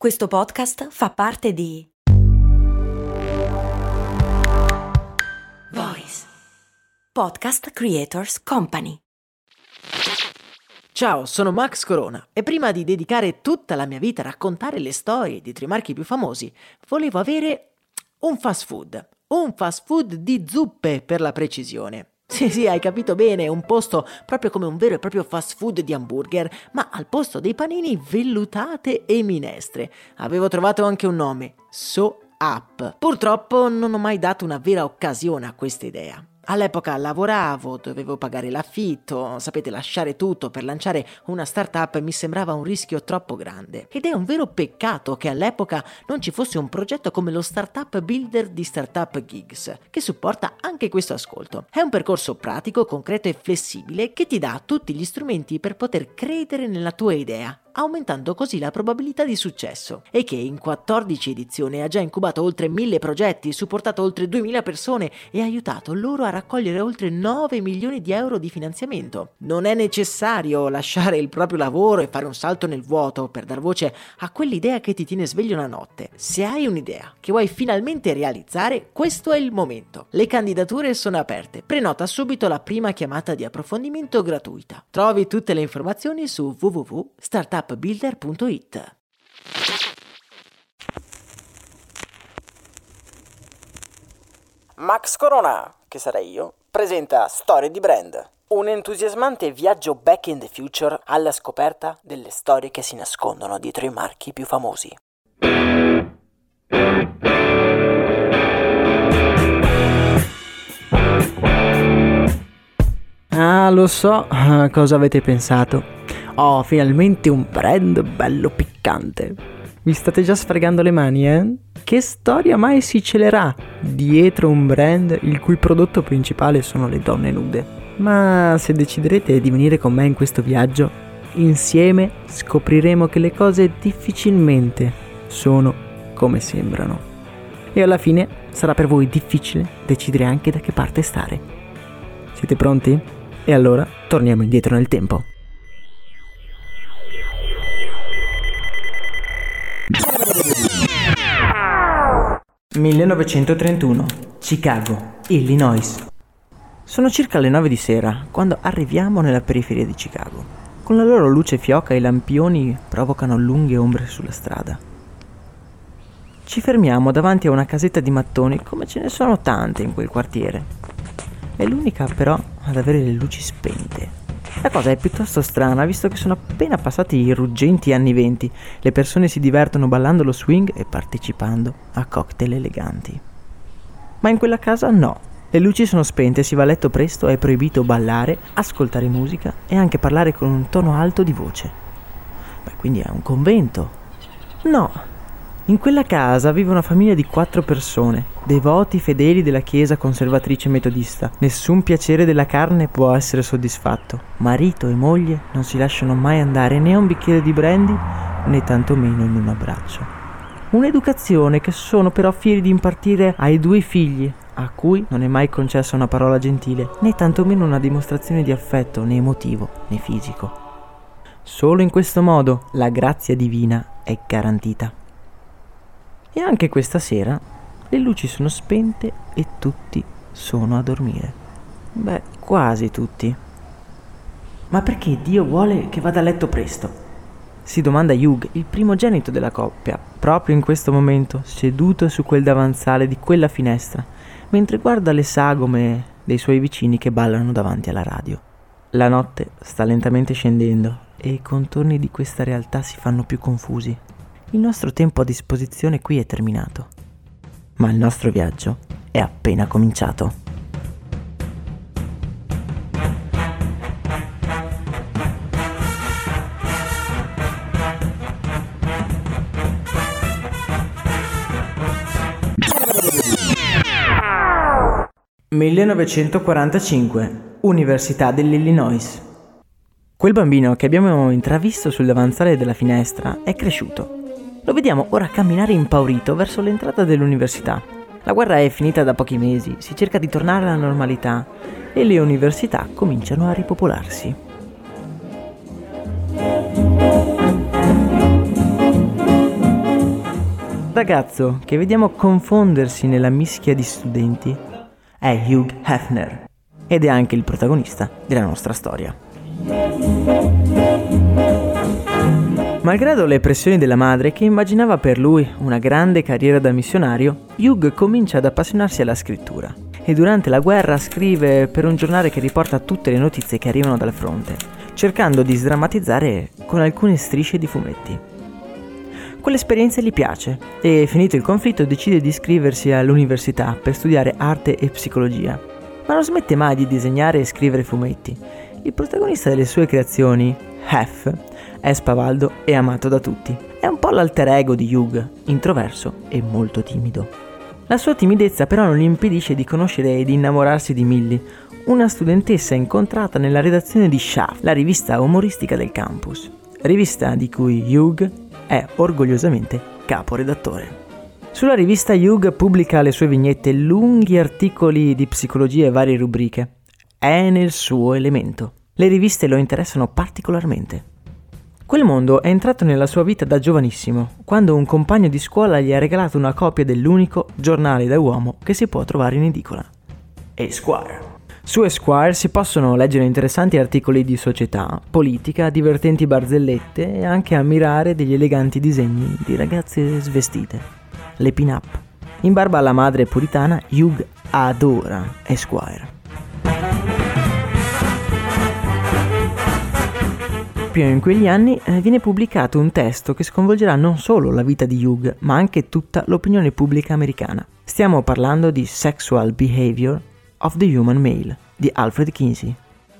Questo podcast fa parte di Voice Podcast Creators Company. Ciao, sono Max Corona e prima di dedicare tutta la mia vita a raccontare le storie di tre marchi più famosi, volevo avere un fast food di zuppe per la precisione. Sì, hai capito bene, un posto proprio come un vero e proprio fast food di hamburger, ma al posto dei panini vellutate e minestre. Avevo trovato anche un nome, So Up. Purtroppo non ho mai dato una vera occasione a questa idea. All'epoca lavoravo, dovevo pagare l'affitto, sapete, lasciare tutto per lanciare una startup mi sembrava un rischio troppo grande. Ed è un vero peccato che all'epoca non ci fosse un progetto come lo Startup Builder di Startup Gigs, che supporta anche questo ascolto. È un percorso pratico, concreto e flessibile che ti dà tutti gli strumenti per poter credere nella tua idea, aumentando così la probabilità di successo, e che in 14 edizioni ha già incubato oltre 1000 progetti, supportato oltre 2000 persone e aiutato loro a raccogliere oltre 9 milioni di euro di finanziamento. Non è necessario lasciare il proprio lavoro e fare un salto nel vuoto per dar voce a quell'idea che ti tiene sveglio la notte. Se hai un'idea che vuoi finalmente realizzare, questo è il momento. Le candidature sono aperte. Prenota subito la prima chiamata di approfondimento gratuita. Trovi tutte le informazioni su www.startupbuilder.it. Max Corona, che sarei io, presenta Storie di Brand, un entusiasmante viaggio back in the future alla scoperta delle storie che si nascondono dietro i marchi più famosi. Lo so cosa avete pensato. Oh, finalmente un brand bello piccante. Vi state già sfregando le mani, eh? Che storia mai si celerà dietro un brand il cui prodotto principale sono le donne nude? Ma se deciderete di venire con me in questo viaggio, insieme scopriremo che le cose difficilmente sono come sembrano. E alla fine sarà per voi difficile decidere anche da che parte stare. Siete pronti? E allora torniamo indietro nel tempo. (1931) Chicago, Illinois. Sono circa le 9 di sera quando arriviamo nella periferia di Chicago. Con la loro luce fioca i lampioni provocano lunghe ombre sulla strada. Ci fermiamo davanti a una casetta di mattoni come ce ne sono tante in quel quartiere. È l'unica però ad avere le luci spente. La cosa è piuttosto strana, visto che sono appena passati i ruggenti anni 20. Le persone si divertono ballando lo swing e partecipando a cocktail eleganti. Ma in quella casa no. Le luci sono spente, si va a letto presto, è proibito ballare, ascoltare musica e anche parlare con un tono alto di voce. Beh, quindi è un convento? No. In quella casa vive una famiglia di 4 persone, devoti fedeli della chiesa conservatrice metodista. Nessun piacere della carne può essere soddisfatto. Marito e moglie non si lasciano mai andare né a un bicchiere di brandy né tantomeno in un abbraccio. Un'educazione che sono però fieri di impartire ai 2 figli, a cui non è mai concessa una parola gentile, né tantomeno una dimostrazione di affetto né emotivo né fisico. Solo in questo modo la grazia divina è garantita. E anche questa sera le luci sono spente e tutti sono a dormire. Beh, quasi tutti. Ma perché Dio vuole che vada a letto presto? Si domanda Hugh, il primogenito della coppia, proprio in questo momento, seduto su quel davanzale di quella finestra, mentre guarda le sagome dei suoi vicini che ballano davanti alla radio. La notte sta lentamente scendendo e i contorni di questa realtà si fanno più confusi. Il nostro tempo a disposizione qui è terminato, ma il nostro viaggio è appena cominciato. (1945) Università dell'Illinois. Quel bambino che abbiamo intravisto sul davanzale della finestra è cresciuto. Lo vediamo ora camminare impaurito verso l'entrata dell'università. La guerra è finita da pochi mesi, si cerca di tornare alla normalità e le università cominciano a ripopolarsi. ragazzo che vediamo confondersi nella mischia di studenti è Hugh Hefner ed è anche il protagonista della nostra storia. Malgrado le pressioni della madre, che immaginava per lui una grande carriera da missionario, Hugh comincia ad appassionarsi alla scrittura e durante la guerra scrive per un giornale che riporta tutte le notizie che arrivano dal fronte, cercando di sdrammatizzare con alcune strisce di fumetti. Quell'esperienza gli piace e, finito il conflitto, decide di iscriversi all'università per studiare arte e psicologia, ma non smette mai di disegnare e scrivere fumetti. Il protagonista delle sue creazioni, Hef, è spavaldo e amato da tutti. È un po' l'alter ego di Hugh, introverso e molto timido. La sua timidezza però non gli impedisce di conoscere e di innamorarsi di Millie, una studentessa incontrata nella redazione di Shaft, la rivista umoristica del campus, rivista di cui Hugh è orgogliosamente caporedattore. Sulla rivista Hugh pubblica le sue vignette, lunghi articoli di psicologia e varie rubriche. È nel suo elemento. Le riviste lo interessano particolarmente. Quel mondo è entrato nella sua vita da giovanissimo, quando un compagno di scuola gli ha regalato una copia dell'unico giornale da uomo che si può trovare in edicola, Esquire. Su Esquire si possono leggere interessanti articoli di società, politica, divertenti barzellette e anche ammirare degli eleganti disegni di ragazze svestite, le pin-up. In barba alla madre puritana, Hugh adora Esquire. Proprio in quegli anni viene pubblicato un testo che sconvolgerà non solo la vita di Hugh, ma anche tutta l'opinione pubblica americana. Stiamo parlando di Sexual Behavior of the Human Male di Alfred Kinsey.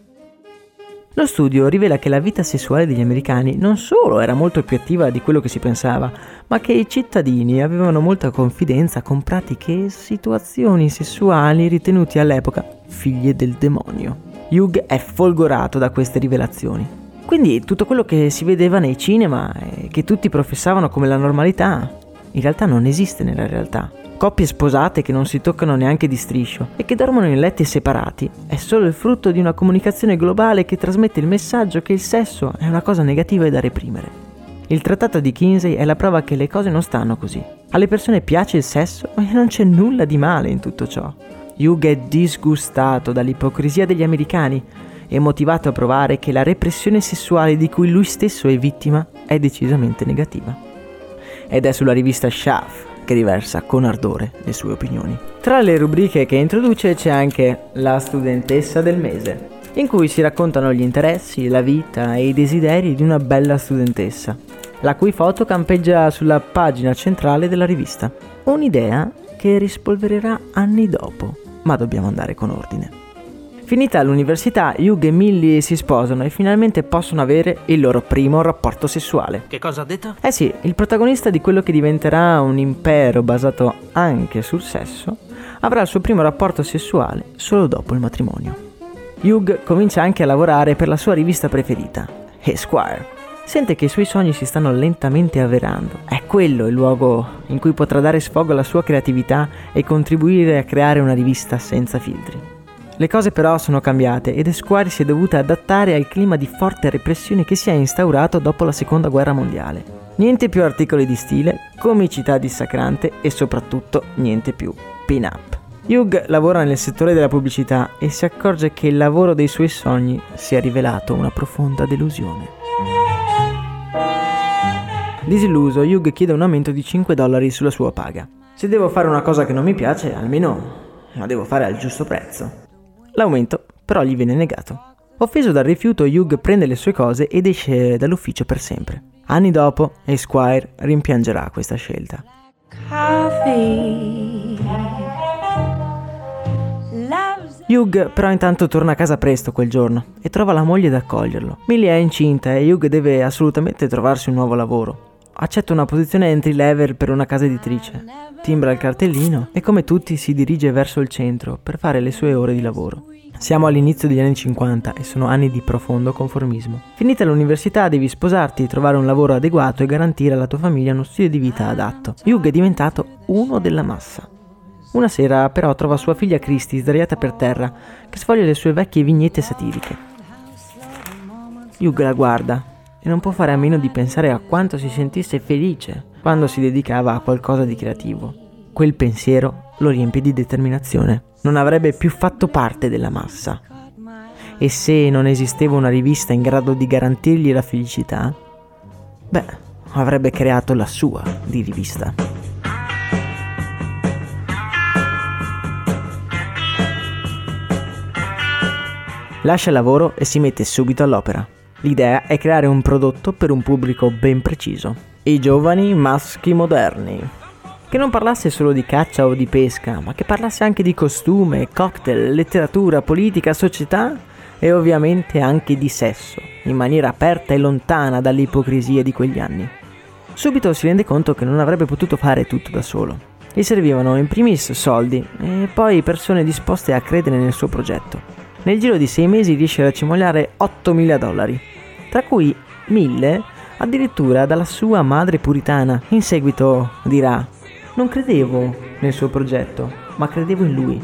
Lo studio rivela che la vita sessuale degli americani non solo era molto più attiva di quello che si pensava, ma che i cittadini avevano molta confidenza con pratiche e situazioni sessuali ritenuti all'epoca figlie del demonio. Hugh è folgorato da queste rivelazioni. Quindi tutto quello che si vedeva nei cinema e che tutti professavano come la normalità, in realtà non esiste nella realtà. Coppie sposate che non si toccano neanche di striscio e che dormono in letti separati è solo il frutto di una comunicazione globale che trasmette il messaggio che il sesso è una cosa negativa e da reprimere. Il trattato di Kinsey è la prova che le cose non stanno così. Alle persone piace il sesso e non c'è nulla di male in tutto ciò. Hugh è disgustato dall'ipocrisia degli americani e motivato a provare che la repressione sessuale di cui lui stesso è vittima è decisamente negativa. Ed è sulla rivista Shaft che riversa con ardore le sue opinioni. Tra le rubriche che introduce c'è anche la studentessa del mese, in cui si raccontano gli interessi, la vita e i desideri di una bella studentessa, la cui foto campeggia sulla pagina centrale della rivista. Un'idea che rispolvererà anni dopo, ma dobbiamo andare con ordine. Finita l'università, Hugh e Millie si sposano e finalmente possono avere il loro primo rapporto sessuale. Che cosa ha detto? Eh sì, il protagonista di quello che diventerà un impero basato anche sul sesso avrà il suo primo rapporto sessuale solo dopo il matrimonio. Hugh comincia anche a lavorare per la sua rivista preferita, Esquire. Sente che i suoi sogni si stanno lentamente avverando. È quello il luogo in cui potrà dare sfogo alla sua creatività e contribuire a creare una rivista senza filtri. Le cose però sono cambiate ed Esquire si è dovuta adattare al clima di forte repressione che si è instaurato dopo la Seconda Guerra Mondiale. Niente più articoli di stile, comicità dissacrante e soprattutto niente più pin-up. Hugh lavora nel settore della pubblicità e si accorge che il lavoro dei suoi sogni si è rivelato una profonda delusione. Disilluso, Hugh chiede un aumento di $5 sulla sua paga. Se devo fare una cosa che non mi piace, almeno la devo fare al giusto prezzo. L'aumento però gli viene negato. Offeso dal rifiuto, Hugh prende le sue cose ed esce dall'ufficio per sempre. Anni dopo, Esquire rimpiangerà questa scelta. Hugh però intanto torna a casa presto quel giorno e trova la moglie ad accoglierlo. Millie è incinta e Hugh deve assolutamente trovarsi un nuovo lavoro. Accetta una posizione entry level per una casa editrice, timbra il cartellino e come tutti si dirige verso il centro per fare le sue ore di lavoro. Siamo all'inizio degli anni 50 e sono anni di profondo conformismo. Finita l'università devi sposarti, trovare un lavoro adeguato e garantire alla tua famiglia uno stile di vita adatto. Hugh è diventato uno della massa. Una sera però trova sua figlia Christy sdraiata per terra che sfoglia le sue vecchie vignette satiriche. Hugh la guarda e non può fare a meno di pensare a quanto si sentisse felice quando si dedicava a qualcosa di creativo. Quel pensiero lo riempì di determinazione. Non avrebbe più fatto parte della massa. E se non esisteva una rivista in grado di garantirgli la felicità, avrebbe creato la sua di rivista. Lascia il lavoro e si mette subito all'opera. L'idea è creare un prodotto per un pubblico ben preciso: i giovani maschi moderni. Che non parlasse solo di caccia o di pesca, ma che parlasse anche di costume, cocktail, letteratura, politica, società e ovviamente anche di sesso, in maniera aperta e lontana dalle ipocrisie di quegli anni. Subito si rende conto che non avrebbe potuto fare tutto da solo. Gli servivano in primis soldi e poi persone disposte a credere nel suo progetto. Nel giro di 6 mesi riesce a racimolare $8.000, tra cui 1.000 addirittura dalla sua madre puritana. In seguito dirà: non credevo nel suo progetto, ma credevo in lui.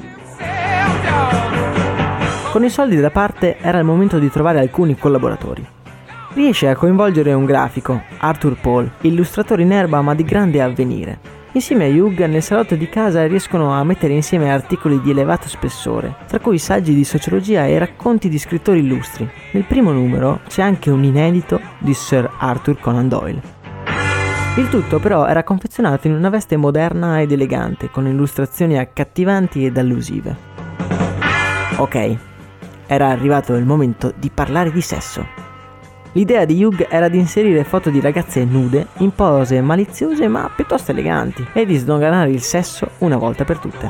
Con i soldi da parte era il momento di trovare alcuni collaboratori. Riesce a coinvolgere un grafico, Arthur Paul, illustratore in erba ma di grande avvenire. Insieme a Hugh nel salotto di casa riescono a mettere insieme articoli di elevato spessore, tra cui saggi di sociologia e racconti di scrittori illustri. Nel primo numero c'è anche un inedito di Sir Arthur Conan Doyle. Il tutto però era confezionato in una veste moderna ed elegante, con illustrazioni accattivanti ed allusive. Ok, era arrivato il momento di parlare di sesso. L'idea di Hugh era di inserire foto di ragazze nude in pose maliziose ma piuttosto eleganti e di sdoganare il sesso una volta per tutte.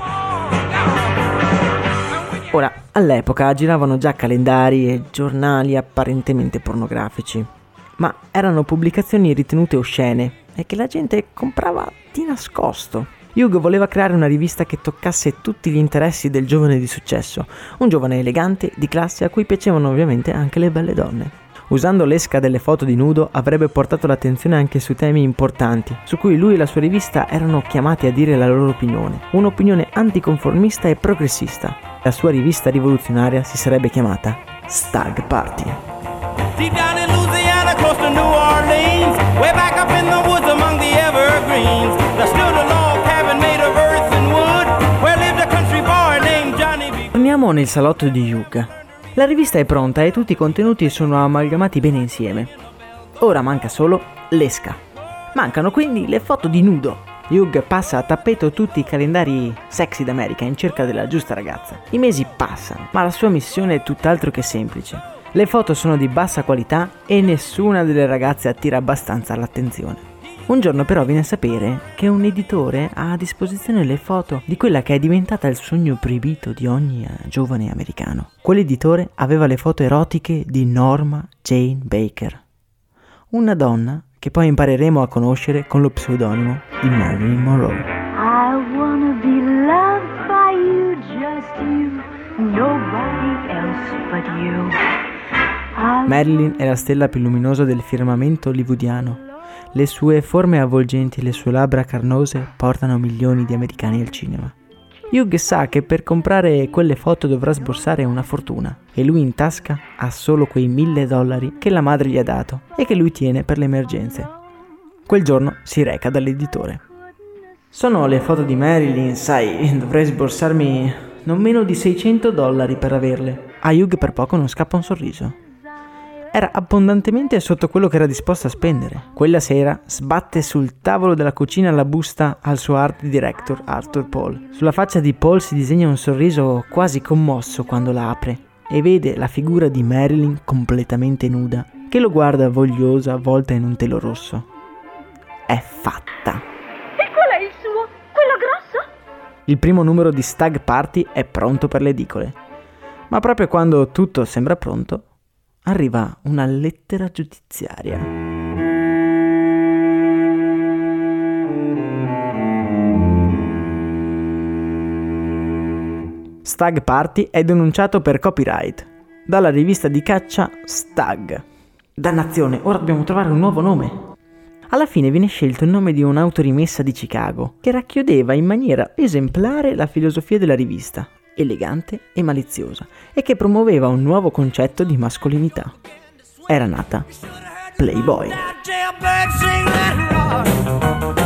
Ora, all'epoca giravano già calendari e giornali apparentemente pornografici, ma erano pubblicazioni ritenute oscene e che la gente comprava di nascosto. Hugh voleva creare una rivista che toccasse tutti gli interessi del giovane di successo, un giovane elegante, di classe, a cui piacevano ovviamente anche le belle donne. Usando l'esca delle foto di nudo avrebbe portato l'attenzione anche su temi importanti, su cui lui e la sua rivista erano chiamati a dire la loro opinione, un'opinione anticonformista e progressista. La sua rivista rivoluzionaria si sarebbe chiamata Stag Party. Deep down in Louisiana, close to New Orleans, way back up in the woods among the evergreens, there stood a log cabin made of earth and wood, where lived a country boy named Johnny B. Torniamo nel salotto di Hugh. La rivista è pronta e tutti i contenuti sono amalgamati bene insieme. Ora manca solo l'esca. Mancano quindi le foto di nudo. Hugh passa a tappeto tutti i calendari Sexy d'America in cerca della giusta ragazza. I mesi passano, ma la sua missione è tutt'altro che semplice. Le foto sono di bassa qualità e nessuna delle ragazze attira abbastanza l'attenzione. Un giorno però viene a sapere che un editore ha a disposizione le foto di quella che è diventata il sogno proibito di ogni giovane americano. Quell'editore aveva le foto erotiche di Norma Jane Baker, una donna che poi impareremo a conoscere con lo pseudonimo di Marilyn Monroe. I wanna be loved by you, just you, nobody else but you. Marilyn è la stella più luminosa del firmamento hollywoodiano. Le sue forme avvolgenti e le sue labbra carnose portano milioni di americani al cinema. Hugh sa che per comprare quelle foto dovrà sborsare una fortuna e lui in tasca ha solo quei $1.000 che la madre gli ha dato e che lui tiene per le emergenze. Quel giorno si reca dall'editore. Sono le foto di Marilyn, sai, dovrei sborsarmi non meno di $600 per averle. A Hugh per poco non scappa un sorriso. Era abbondantemente sotto quello che era disposto a spendere. Quella sera sbatte sul tavolo della cucina la busta al suo art director Arthur Paul. Sulla faccia di Paul si disegna un sorriso quasi commosso quando la apre e vede la figura di Marilyn completamente nuda che lo guarda vogliosa avvolta in un telo rosso. È fatta. E qual è il suo? Quello grosso? Il primo numero di Stag Party è pronto per le edicole. Ma proprio quando tutto sembra pronto, arriva una lettera giudiziaria. Stag Party è denunciato per copyright dalla rivista di caccia Stag. Dannazione, ora dobbiamo trovare un nuovo nome. Alla fine viene scelto il nome di un'autorimessa di Chicago che racchiudeva in maniera esemplare la filosofia della rivista, elegante e maliziosa, e che promuoveva un nuovo concetto di mascolinità. Era nata Playboy.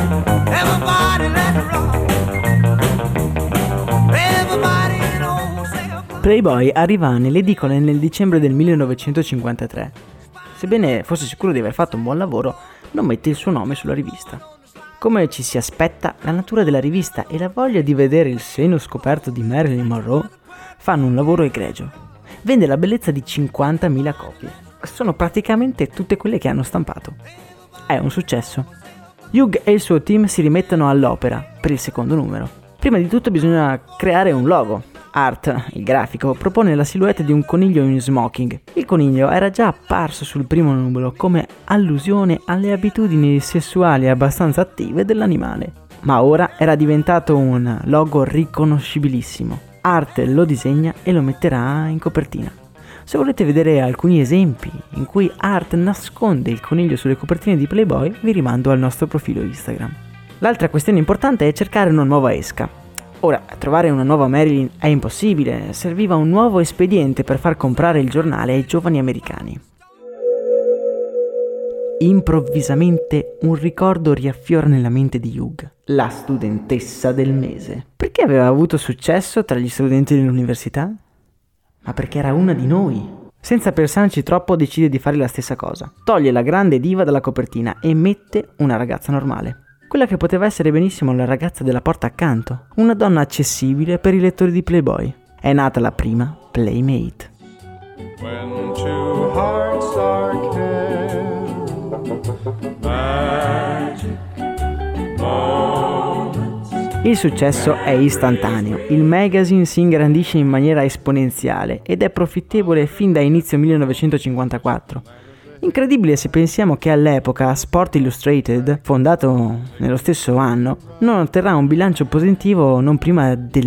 Playboy arriva nelle edicole nel dicembre del 1953. Sebbene fosse sicuro di aver fatto un buon lavoro, non mette il suo nome sulla rivista. Come ci si aspetta, la natura della rivista e la voglia di vedere il seno scoperto di Marilyn Monroe fanno un lavoro egregio. Vende la bellezza di 50.000 copie. Sono praticamente tutte quelle che hanno stampato. È un successo. Hugh e il suo team si rimettono all'opera per il secondo numero. Prima di tutto bisogna creare un logo. Art, il grafico, propone la silhouette di un coniglio in smoking. Il coniglio era già apparso sul primo numero come allusione alle abitudini sessuali abbastanza attive dell'animale, ma ora era diventato un logo riconoscibilissimo. Art lo disegna e lo metterà in copertina. Se volete vedere alcuni esempi in cui Art nasconde il coniglio sulle copertine di Playboy, vi rimando al nostro profilo Instagram. L'altra questione importante è cercare una nuova esca. Ora, trovare una nuova Marilyn è impossibile, serviva un nuovo espediente per far comprare il giornale ai giovani americani. Improvvisamente un ricordo riaffiora nella mente di Hugh, la studentessa del mese. Perché aveva avuto successo tra gli studenti dell'università? Ma perché era una di noi. Senza pensarci troppo decide di fare la stessa cosa. Toglie la grande diva dalla copertina e mette una ragazza normale. Quella che poteva essere benissimo la ragazza della porta accanto, una donna accessibile per i lettori di Playboy. È nata la prima Playmate. When two hearts are magic moments. Il successo è istantaneo, il magazine si ingrandisce in maniera esponenziale ed è profittevole fin da inizio 1954. Incredibile se pensiamo che all'epoca Sport Illustrated, fondato nello stesso anno, non otterrà un bilancio positivo non prima del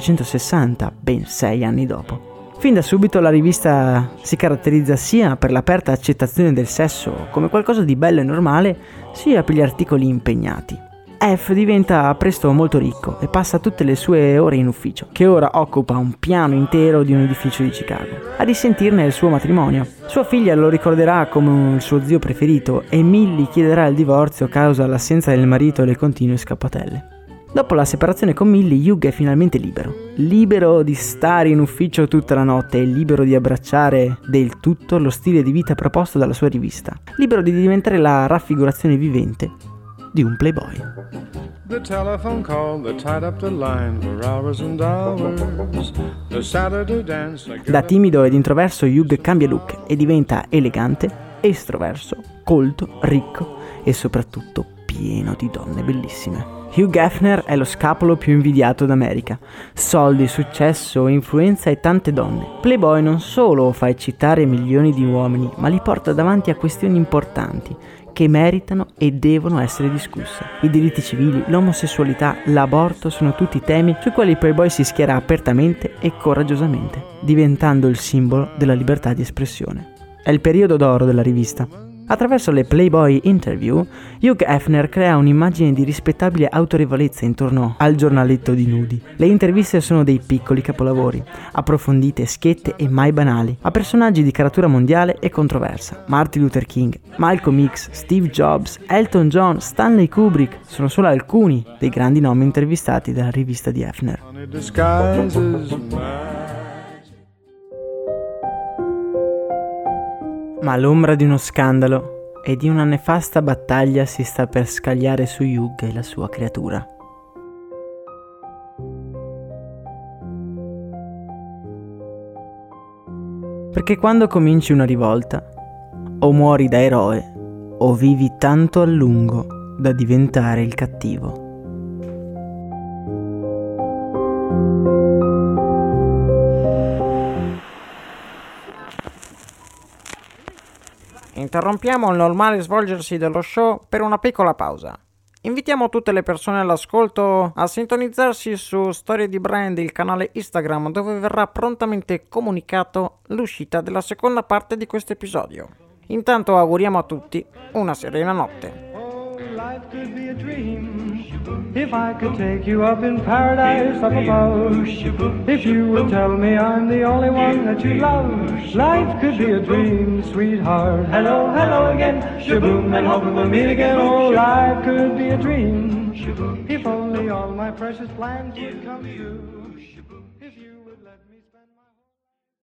1960, ben 6 anni dopo. Fin da subito la rivista si caratterizza sia per l'aperta accettazione del sesso come qualcosa di bello e normale, sia per gli articoli impegnati. F diventa presto molto ricco e passa tutte le sue ore in ufficio, che ora occupa un piano intero di un edificio di Chicago. A risentirne il suo matrimonio. Sua figlia lo ricorderà come il suo zio preferito e Millie chiederà il divorzio a causa dell'assenza del marito e le continue scappatelle. Dopo la separazione con Millie, Hugh è finalmente libero. Libero di stare in ufficio tutta la notte e libero di abbracciare del tutto lo stile di vita proposto dalla sua rivista. Libero di diventare la raffigurazione vivente di un playboy. The telephone call that tied up the line for hours and hours. The Saturday dance. Da timido ed introverso Hugh cambia look e diventa elegante, estroverso, colto, ricco e soprattutto pieno di donne bellissime. Hugh Hefner è lo scapolo più invidiato d'America. Soldi, successo, influenza e tante donne. Playboy non solo fa eccitare milioni di uomini, ma li porta davanti a questioni importanti che meritano e devono essere discusse. I diritti civili, l'omosessualità, l'aborto sono tutti temi sui quali Playboy si schiera apertamente e coraggiosamente, diventando il simbolo della libertà di espressione. È il periodo d'oro della rivista. Attraverso le Playboy Interview, Hugh Hefner crea un'immagine di rispettabile autorevolezza intorno al giornaletto di nudi. Le interviste sono dei piccoli capolavori, approfondite, schiette e mai banali, a personaggi di caratura mondiale e controversa. Martin Luther King, Malcolm X, Steve Jobs, Elton John, Stanley Kubrick sono solo alcuni dei grandi nomi intervistati dalla rivista di Hefner. Ma l'ombra di uno scandalo e di una nefasta battaglia si sta per scagliare su Hugh e la sua creatura. Perché quando cominci una rivolta, o muori da eroe, o vivi tanto a lungo da diventare il cattivo. Interrompiamo il normale svolgersi dello show per una piccola pausa. Invitiamo tutte le persone all'ascolto a sintonizzarsi su Storie di Brand, il canale Instagram, dove verrà prontamente comunicato l'uscita della seconda parte di questo episodio. Intanto auguriamo a tutti una serena notte. Life could be a dream if I could take you up in paradise up above. If you would tell me I'm the only one that you love. Life could be a dream, sweetheart. Hello, hello again. Shaboom, and hoping we'll meet again. Oh, life could be a dream if only all my precious plans would come true. If you would let me spend my